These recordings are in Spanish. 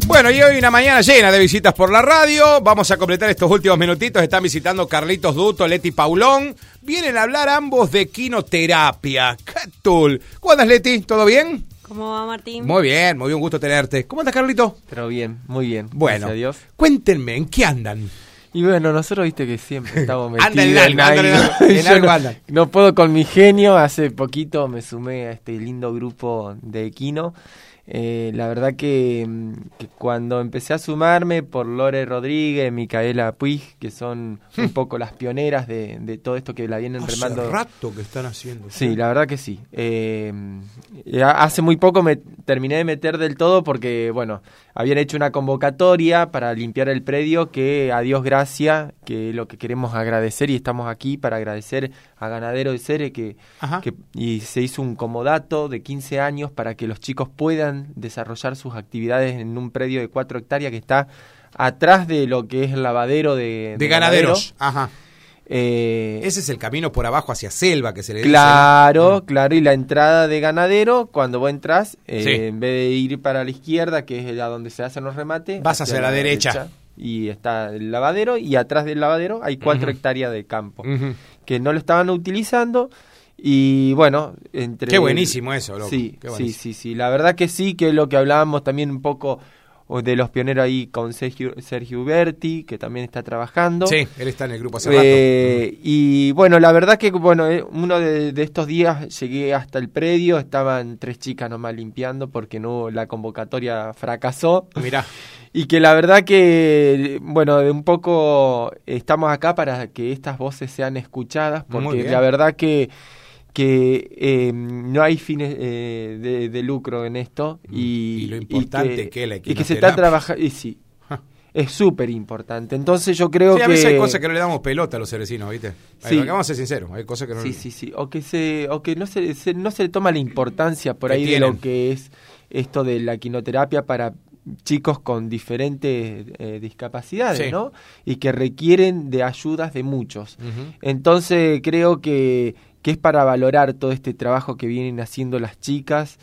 Bueno, y hoy una mañana llena de visitas por la radio. Vamos a completar estos últimos minutitos. Están visitando Carlitos Duto, Leti Paulón. Vienen a hablar ambos de quinoterapia. ¡Catul! ¿Cómo andas, Leti? ¿Todo bien? ¿Cómo va, Martín? Muy bien, un gusto tenerte. ¿Cómo andas, Carlito? Pero bien, muy bien. Bueno, gracias a Dios. Cuéntenme, ¿en qué andan? Y bueno, nosotros viste que siempre estamos metidos en algo andan. No puedo con mi genio. Hace poquito me sumé a este lindo grupo de equino. La verdad que cuando empecé a sumarme por Lore Rodríguez, Micaela Puig, que son un poco las pioneras de todo esto que la vienen remando. Hace rato que están haciendo. Sí, la verdad que sí. Hace muy poco me terminé de meter del todo porque, bueno, habían hecho una convocatoria para limpiar el predio que, a Dios gracia, que es lo que queremos agradecer y estamos aquí para agradecer a Ganadero de Cere y se hizo un comodato de 15 años para que los chicos puedan desarrollar sus actividades en un predio de 4 hectáreas que está atrás de lo que es el lavadero de Ganaderos. Ajá. Ese es el camino por abajo hacia Selva que se le dice. Claro, y la entrada de Ganadero, cuando vos entras, en vez de ir para la izquierda, que es a donde se hacen los remates, vas hacia la derecha. Y está el lavadero, y atrás del lavadero hay 4 hectáreas de campo, que no lo estaban utilizando. Y bueno, qué buenísimo eso, loco. Sí, sí. La verdad que sí, que es lo que hablábamos también un poco de los pioneros ahí con Sergio Uberti, que también está trabajando. Sí, él está en el grupo hace rato. Y bueno, la verdad que uno de estos días llegué hasta el predio, estaban 3 chicas nomás limpiando porque la convocatoria fracasó. Mirá. Y que la verdad que, bueno, de un poco estamos acá para que estas voces sean escuchadas, porque la verdad que no hay fines de lucro en esto y lo importante que la equinoterapia. Y que se está trabajando, y sí, es súper importante. Entonces yo creo que... a veces hay cosas que no le damos pelota a los cerecinos, ¿viste? Sí. Vamos a ser sinceros, hay cosas que no... Sí, o que no se le toma la importancia por ahí de lo que es esto de la quinoterapia para chicos con diferentes discapacidades, ¿no? Y que requieren de ayudas de muchos. Entonces creo que es para valorar todo este trabajo que vienen haciendo las chicas.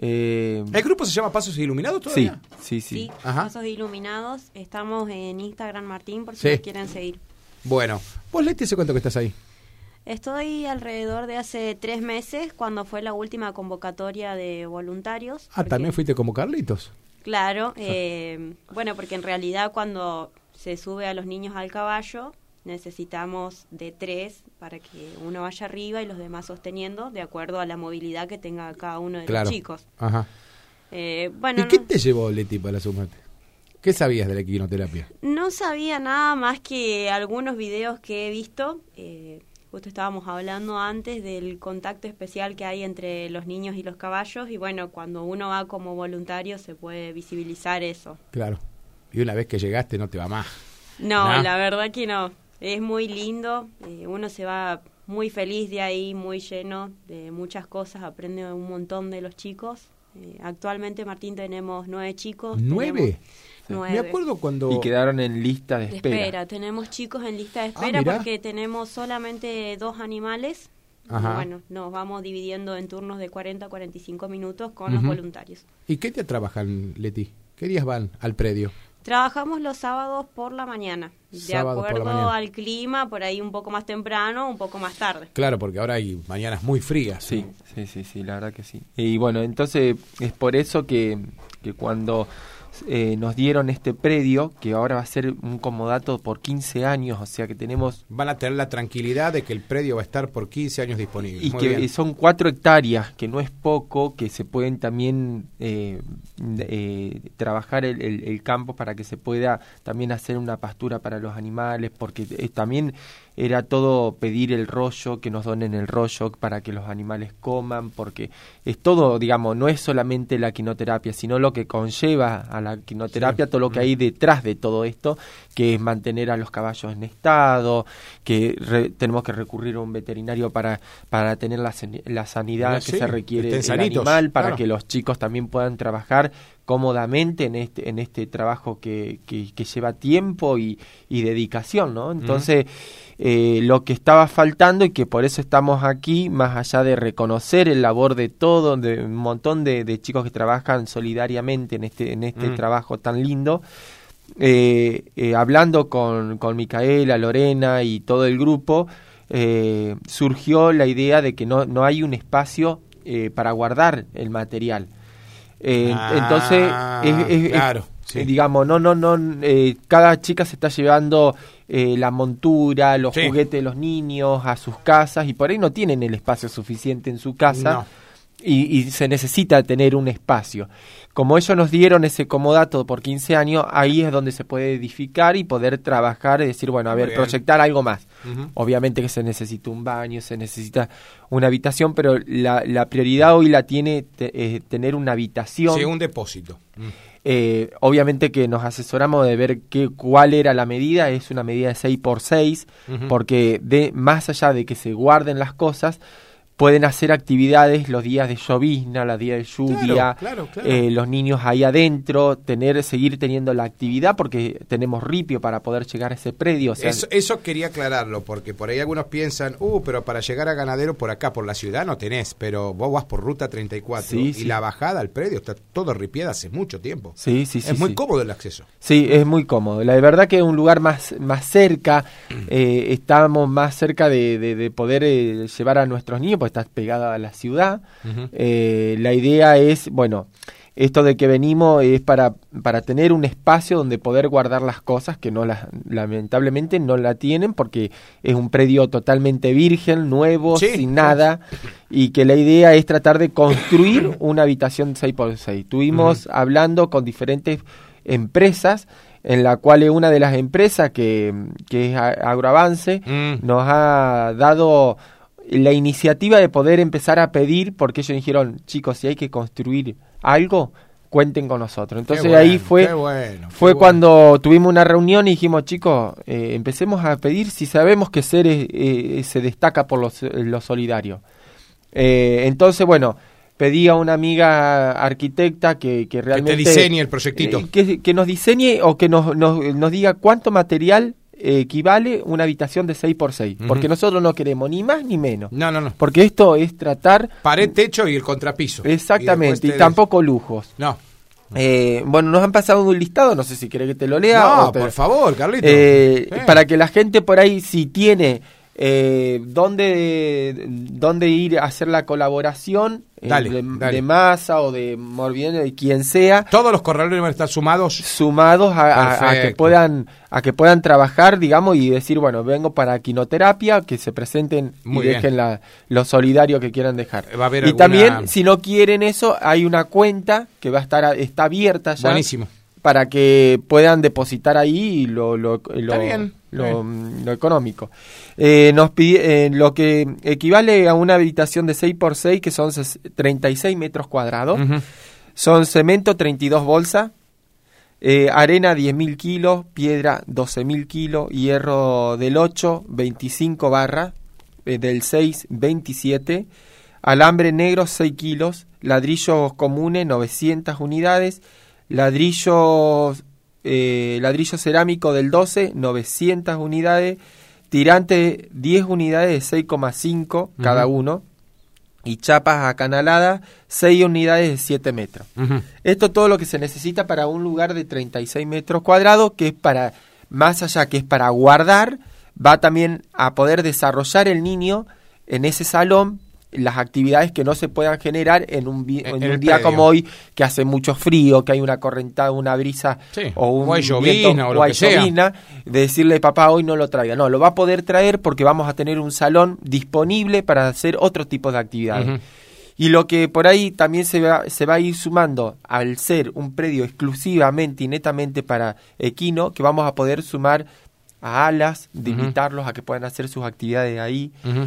¿El grupo se llama Pasos Iluminados todavía? Sí. Pasos Iluminados. Estamos en Instagram, Martín, por si nos quieren seguir. Bueno, vos, Leti, ¿hace cuánto que estás ahí? Estoy alrededor de hace 3 meses, cuando fue la última convocatoria de voluntarios. ¿También fuiste como Carlitos? Claro, bueno, porque en realidad cuando se sube a los niños al caballo, necesitamos de 3 para que uno vaya arriba y los demás sosteniendo, de acuerdo a la movilidad que tenga cada uno de los chicos. Ajá. ¿Y qué te llevó, Leti, para sumarte? ¿Qué sabías de la quinoterapia? No sabía nada más que algunos videos que he visto. Justo estábamos hablando antes del contacto especial que hay entre los niños y los caballos, y bueno, cuando uno va como voluntario se puede visibilizar eso. Claro. Y una vez que llegaste no te va más. No, la verdad que no. Es muy lindo, uno se va muy feliz de ahí, muy lleno de muchas cosas, aprende un montón de los chicos. Actualmente, Martín, tenemos 9 chicos. ¿9? 9. Me acuerdo cuando... Y quedaron en lista de espera. Tenemos chicos en lista de espera porque tenemos solamente 2 animales. Y bueno, nos vamos dividiendo en turnos de 40 a 45 minutos con los voluntarios. ¿Y qué día trabajan, Leti? ¿Qué días van al predio? Trabajamos los sábados por la mañana, de acuerdo al clima, por ahí un poco más temprano, un poco más tarde. Claro, porque ahora hay mañanas muy frías. Sí, la verdad que sí. Y bueno, entonces es por eso que cuando nos dieron este predio, que ahora va a ser un comodato por 15 años, o sea que tenemos... Van a tener la tranquilidad de que el predio va a estar por 15 años disponible. Y muy que bien. Son 4 hectáreas, que no es poco, que se pueden también trabajar el campo para que se pueda también hacer una pastura para los animales, porque también era todo pedir el rollo, que nos donen el rollo para que los animales coman, porque es todo, digamos, no es solamente la quinoterapia, sino lo que conlleva a la quinoterapia, todo lo que hay detrás de todo esto, que es mantener a los caballos en estado, que tenemos que recurrir a un veterinario para tener la sanidad que se requiere del animal, para que los chicos también puedan trabajar cómodamente en este trabajo que lleva tiempo y dedicación, ¿no? Entonces, lo que estaba faltando y que por eso estamos aquí, más allá de reconocer el labor de todo, de un montón de chicos que trabajan solidariamente en este trabajo tan lindo, hablando con Micaela, Lorena y todo el grupo, surgió la idea de que no hay un espacio para guardar el material. Entonces, claro, sí. digamos, cada chica se está llevando la montura, los juguetes de los niños a sus casas y por ahí no tienen el espacio suficiente en su casa. No. Y se necesita tener un espacio. Como ellos nos dieron ese comodato por 15 años, ahí es donde se puede edificar y poder trabajar y decir, bueno, a ver, proyectar algo más. Uh-huh. Obviamente que se necesita un baño, se necesita una habitación, pero la prioridad hoy la tiene tener una habitación. Sí, un depósito. Obviamente que nos asesoramos de ver cuál era la medida, es una medida de 6x6, uh-huh. porque más allá de que se guarden las cosas, pueden hacer actividades los días de llovizna, los días de lluvia, claro. Los niños ahí adentro, seguir teniendo la actividad porque tenemos ripio para poder llegar a ese predio. O sea, eso quería aclararlo, porque por ahí algunos piensan, pero para llegar a Ganadero por acá, por la ciudad no tenés, pero vos vas por Ruta 34 y la bajada al predio está todo ripiada hace mucho tiempo. Sí. Es muy cómodo el acceso. Sí, es muy cómodo. La verdad que es un lugar más cerca, estamos más cerca de poder llevar a nuestros niños, porque está pegada a la ciudad. Uh-huh. La idea es, esto de que venimos es para tener un espacio donde poder guardar las cosas que lamentablemente no la tienen porque es un predio totalmente virgen, nuevo, sin nada, y que la idea es tratar de construir una habitación 6x6. Estuvimos hablando con diferentes empresas, en la cual una de las empresas que es Agroavance nos ha dado la iniciativa de poder empezar a pedir, porque ellos dijeron, chicos, si hay que construir algo, cuenten con nosotros. Entonces ahí fue cuando tuvimos una reunión y dijimos, chicos, empecemos a pedir si sabemos que Ceres se destaca por lo solidario. Entonces, pedí a una amiga arquitecta que realmente... Que te diseñe el proyectito. Que nos diseñe o que nos diga cuánto material equivale una habitación de 6x6, uh-huh. porque nosotros no queremos ni más ni menos. No. Porque esto es tratar... Pared, techo y el contrapiso. Exactamente, y tampoco lujos. No. Nos han pasado un listado, no sé si querés que te lo lea. No, por favor, Carlito. Para que la gente por ahí, si tiene dónde ir a hacer la colaboración de Masa o de Morbidelli, de quien sea. Todos los corraleros van a estar sumados a que puedan trabajar, digamos, y decir, vengo para quinoterapia, que se presenten y dejen lo solidario que quieran dejar. Va a haber también, si no quieren eso, hay una cuenta que está abierta ya. Buenísimo. Para que puedan depositar ahí lo económico. Nos pide lo que equivale a una habitación de 6x6, que son 36 metros cuadrados. Uh-huh. Son cemento 32 bolsas, arena 10.000 kilos, piedra 12.000 kilos, hierro del 8, 25 barras, del 6, 27, alambre negro 6 kilos, ladrillos comunes 900 unidades, ladrillo cerámico del 12, 900 unidades, tirante 10 unidades de 6,5 cada uno, y chapas acanaladas 6 unidades de 7 metros. Uh-huh. Esto es todo lo que se necesita para un lugar de 36 metros cuadrados, que es para, más allá que es para guardar, va también a poder desarrollar el niño en ese salón las actividades que no se puedan generar en un día como hoy, que hace mucho frío, que hay una correntada, una brisa o hay llovizna o lo que sea, de decirle, papá, hoy no lo traiga. No, lo va a poder traer porque vamos a tener un salón disponible para hacer otro tipo de actividades. Uh-huh. Y lo que por ahí también se va a ir sumando, al ser un predio exclusivamente y netamente para equino, que vamos a poder sumar a alas, de invitarlos a que puedan hacer sus actividades ahí,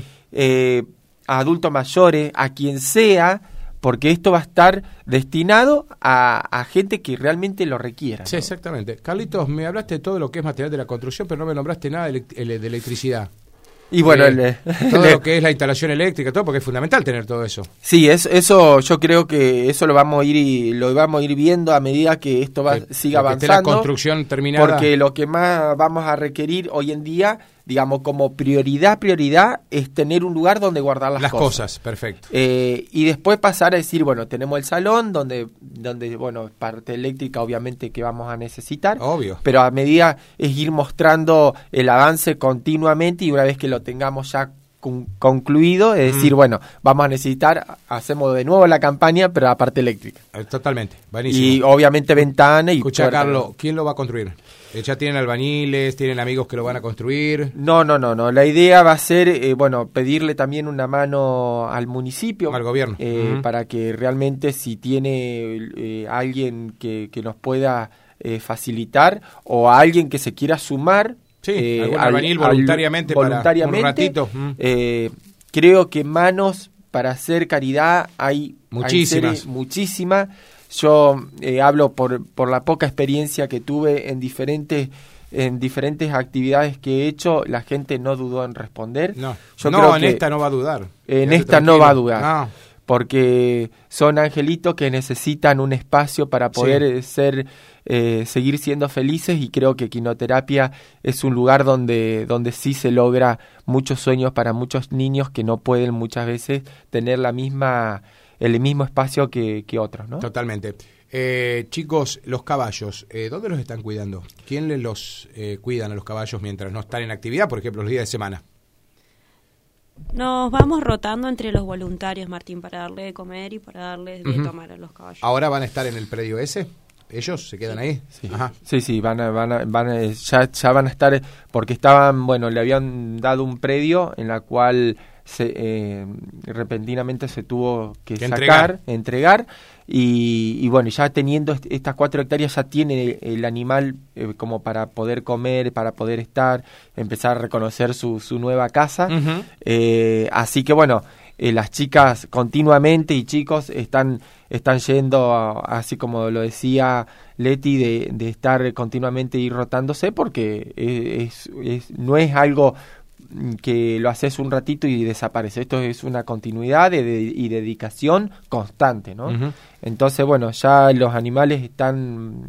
a adultos mayores, a quien sea, porque esto va a estar destinado a gente que realmente lo requiera, ¿no? Sí, exactamente. Carlitos, me hablaste de todo lo que es material de la construcción, pero no me nombraste nada de electricidad. Y bueno, todo lo que es la instalación eléctrica, todo, porque es fundamental tener todo eso. Sí, eso yo creo que eso lo vamos a ir viendo a medida que esto siga avanzando. La construcción terminada. Porque lo que más vamos a requerir hoy en día, digamos, como prioridad, es tener un lugar donde guardar las cosas. Perfecto. Y después pasar a decir, bueno, tenemos el salón donde bueno, parte eléctrica obviamente que vamos a necesitar. Obvio. Pero a medida es ir mostrando el avance continuamente y una vez que lo tengamos ya concluido, es decir, bueno, vamos a necesitar, hacemos de nuevo la campaña, pero la parte eléctrica. Totalmente, buenísimo. Y obviamente ventana y... Escucha, Carlos, ¿quién lo va a construir? ¿Ya tienen albañiles, tienen amigos que lo van a construir? No. La idea va a ser, bueno, pedirle también una mano al municipio. Al gobierno. Para que realmente si tiene alguien que nos pueda facilitar o a alguien que se quiera sumar. Sí, algún albañil voluntariamente para un ratito. Creo que manos para hacer caridad hay muchísimas. Yo hablo por la poca experiencia que tuve en diferentes actividades que he hecho, la gente no dudó en responder. Esta no va a dudar. En esta no va a dudar. No. Porque son angelitos que necesitan un espacio para poder seguir siendo felices, y creo que Quinoterapia es un lugar donde sí se logra muchos sueños para muchos niños que no pueden muchas veces tener el mismo espacio que otros, ¿no? Totalmente. Chicos, los caballos, ¿dónde los están cuidando? ¿Quién los cuidan a los caballos mientras no están en actividad, por ejemplo, los días de semana? Nos vamos rotando entre los voluntarios, Martín, para darle de comer y para darles de tomar a los caballos. ¿Ahora van a estar en el predio ese? ¿Ellos se quedan ahí? Sí. Ajá. Sí, van a ya van a estar, porque estaban, bueno, le habían dado un predio en la cual repentinamente se tuvo que entregar y bueno, ya teniendo estas 4 hectáreas ya tiene el animal como para poder comer, para poder empezar a reconocer su nueva casa. Así que bueno, las chicas continuamente y chicos están yendo, así como lo decía Leti, de estar continuamente y rotándose, porque no es algo que lo haces un ratito y desaparece. Esto es una continuidad y dedicación constante, ¿no? Entonces, bueno, ya los animales van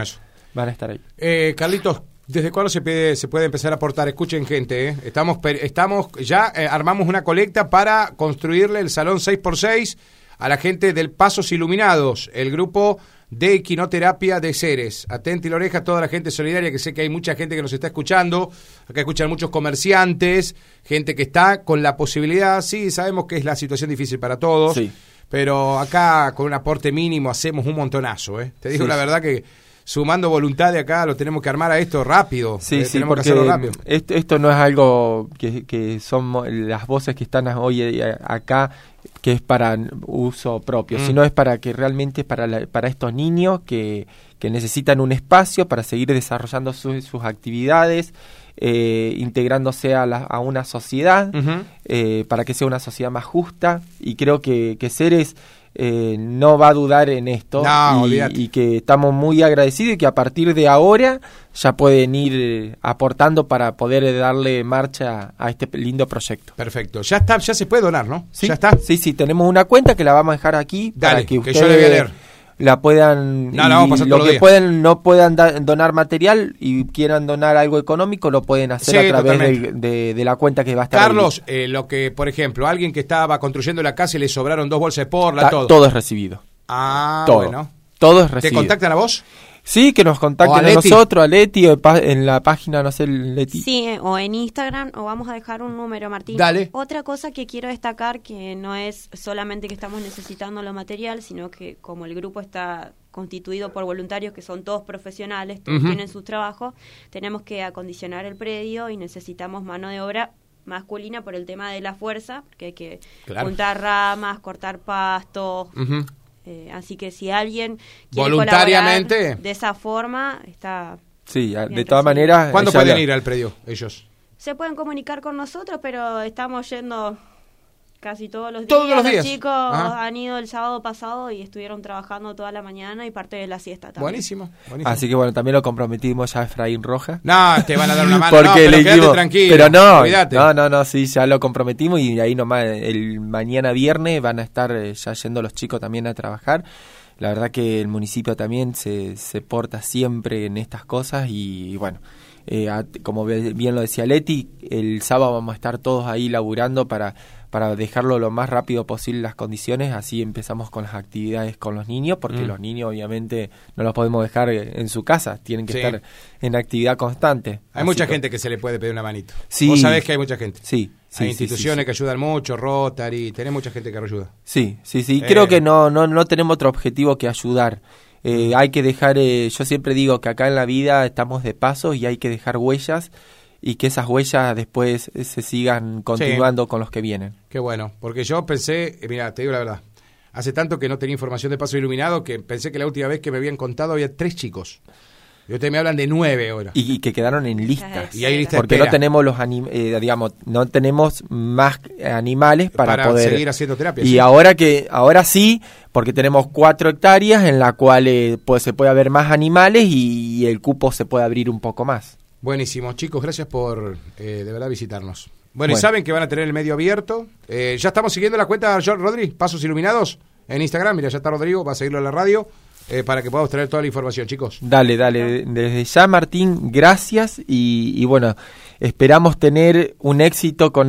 a estar ahí. Carlitos, ¿desde cuándo se puede empezar a aportar? Escuchen, gente, estamos ya armamos una colecta para construirle el salón 6x6 a la gente del Pasos Iluminados, el grupo de Quinoterapia de Ceres. Atente la oreja a toda la gente solidaria, que sé que hay mucha gente que nos está escuchando. Acá escuchan muchos comerciantes, gente que está con la posibilidad. Sí, sabemos que es la situación difícil para todos, pero acá con un aporte mínimo hacemos un montonazo. Te digo la verdad que sumando voluntad de acá lo tenemos que armar a esto rápido. Tenemos que hacerlo rápido. Esto no es algo que son las voces que están hoy acá, que es para uso propio, sino es para que realmente para estos niños que necesitan un espacio para seguir desarrollando sus actividades, integrándose a una sociedad, para que sea una sociedad más justa, y creo que Ceres no va a dudar en esto, y que estamos muy agradecidos y que a partir de ahora ya pueden ir aportando para poder darle marcha a este lindo proyecto. Perfecto, ya se puede donar, ¿no? Sí, ya está. Sí, tenemos una cuenta que la vamos a dejar aquí. Dale, para que ustedes yo le voy a leer. La puedan, la vamos a pasar lo que no puedan donar material y quieran donar algo económico, lo pueden hacer a través de la cuenta que va a estar. Carlos, lo que, por ejemplo, alguien que estaba construyendo la casa y le sobraron 2 bolsas de porla, todo es recibido. Bueno. Todo es recibido. ¿Te contactan a vos? Sí, que nos contacten a nosotros, a Leti, en la página, no sé, Leti. Sí, o en Instagram, o vamos a dejar un número, Martín. Dale. Otra cosa que quiero destacar, que no es solamente que estamos necesitando lo material, sino que como el grupo está constituido por voluntarios que son todos profesionales, todos tienen sus trabajos, tenemos que acondicionar el predio y necesitamos mano de obra masculina por el tema de la fuerza, porque hay que juntar ramas, cortar pastos. Así que si alguien quiere voluntariamente colaborar de esa forma, está... Sí, de todas maneras... ¿Cuándo pueden ir al predio ellos? Se pueden comunicar con nosotros, pero estamos yendo casi todos los días. ¿Todos los días? Los chicos Ajá. han ido el sábado pasado y estuvieron trabajando toda la mañana y parte de la siesta también. Buenísimo, buenísimo. Así que bueno, también lo comprometimos ya a Efraín Roja. No, te van a dar una mano, Porque no, pero le quédate dijimos, tranquilo. pero Cuídate. no, sí, ya lo comprometimos y ahí nomás el mañana viernes van a estar ya yendo los chicos también a trabajar. La verdad que el municipio también se porta siempre en estas cosas y bueno, como bien lo decía Leti, el sábado vamos a estar todos ahí laburando para dejarlo lo más rápido posible las condiciones, así empezamos con las actividades con los niños, porque los niños obviamente no los podemos dejar en su casa, tienen que estar en actividad constante. Hay mucha gente que se le puede pedir una manito. Sí. Vos sabés que hay mucha gente. Sí. Hay instituciones que ayudan mucho, Rotary, tenés mucha gente que ayuda. Sí. Creo que no tenemos otro objetivo que ayudar. Hay que dejar, yo siempre digo que acá en la vida estamos de paso y hay que dejar huellas y que esas huellas después se sigan continuando con los que vienen. Qué bueno, porque yo pensé, mira, te digo la verdad, hace tanto que no tenía información de Paso Iluminado que pensé que la última vez que me habían contado había 3 chicos. Y ustedes me hablan de 9 ahora. Y que quedaron en listas. Y hay lista porque espera. no tenemos no tenemos más animales para poder seguir haciendo terapia. Y ahora sí, porque tenemos 4 hectáreas en la cual pues se puede haber más animales y el cupo se puede abrir un poco más. Buenísimo, chicos, gracias por de verdad visitarnos. Bueno, y saben que van a tener el medio abierto. Ya estamos siguiendo la cuenta de Rodri, Pasos Iluminados, en Instagram. Mira, ya está Rodrigo, va a seguirlo en la radio. Para que podamos traer toda la información, chicos. Dale. Desde ya, Martín, gracias y bueno, esperamos tener un éxito con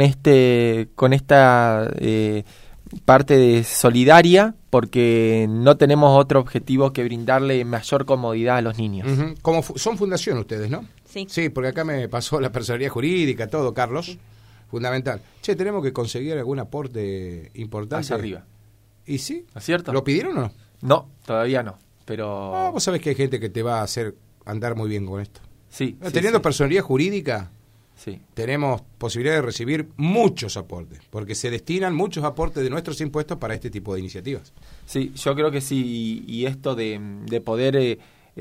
esta parte de solidaria, porque no tenemos otro objetivo que brindarle mayor comodidad a los niños. Como son fundación ustedes, ¿no? Sí. Sí, porque acá me pasó la personalidad jurídica, todo, Carlos. Sí. Fundamental. Che, tenemos que conseguir algún aporte importante. Allá arriba. ¿Y sí? ¿No es cierto? ¿Lo pidieron o no? No, todavía no. Pero vos sabés que hay gente que te va a hacer andar muy bien con esto. Sí. Teniendo personalidad jurídica, sí, tenemos posibilidad de recibir muchos aportes, porque se destinan muchos aportes de nuestros impuestos para este tipo de iniciativas. Sí, yo creo que sí, y esto de poder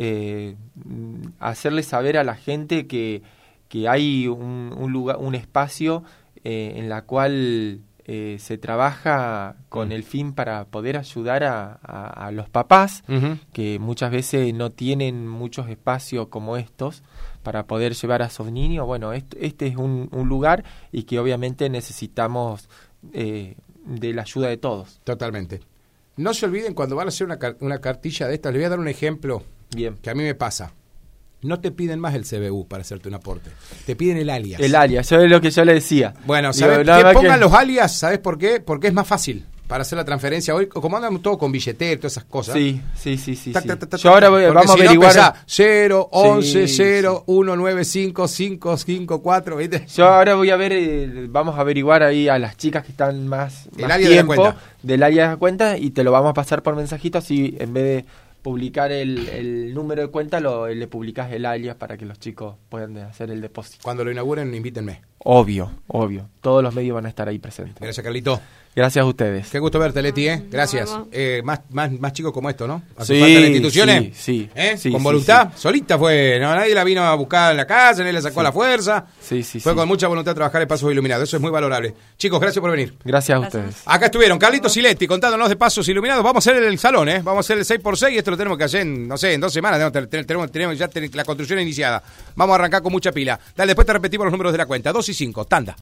hacerle saber a la gente que hay un lugar, un espacio en la cual se trabaja con el fin para poder ayudar a los papás que muchas veces no tienen muchos espacios como estos para poder llevar a sus niños. Bueno, este es un lugar y que obviamente necesitamos de la ayuda de todos. Totalmente. No se olviden cuando van a hacer una cartilla de estas, les voy a dar un ejemplo que a mí me pasa. No te piden más el CBU para hacerte un aporte. Te piden el alias. El alias, eso es lo que yo le decía. Bueno, ¿sabes qué? Pongan los alias, ¿sabes por qué? Porque es más fácil para hacer la transferencia. Hoy, como andan todo con billetera y todas esas cosas. Sí. Yo ahora vamos a averiguar. 0, 11, 0, 1, 9, 5, 5, 5, 4, ¿viste? Yo ahora voy a ver, vamos a averiguar ahí a las chicas que están más área tiempo del área de la cuenta y te lo vamos a pasar por mensajito, así en vez de publicar el número de cuenta, le publicás el alias para que los chicos puedan hacer el depósito. Cuando lo inauguren, invítenme. Obvio. Todos los medios van a estar ahí presentes. Gracias, Carlito. Gracias a ustedes. Qué gusto verte, Leti, Gracias. Más chicos como esto, ¿no? Sí, falta las instituciones. Sí. Con voluntad. Solita fue. No, nadie la vino a buscar en la casa, nadie la sacó a la fuerza. Fue con mucha voluntad a trabajar en Pasos Iluminados. Eso es muy valorable. Chicos, gracias por venir. Gracias a ustedes. Acá estuvieron Carlitos y Leti contándonos de Pasos Iluminados. Vamos a hacer el salón, Vamos a hacer el 6x6 y esto lo tenemos que hacer en 2 semanas. Tenemos ya la construcción iniciada. Vamos a arrancar con mucha pila. Dale, después te repetimos los números de la cuenta. 2 y 5. Tanda.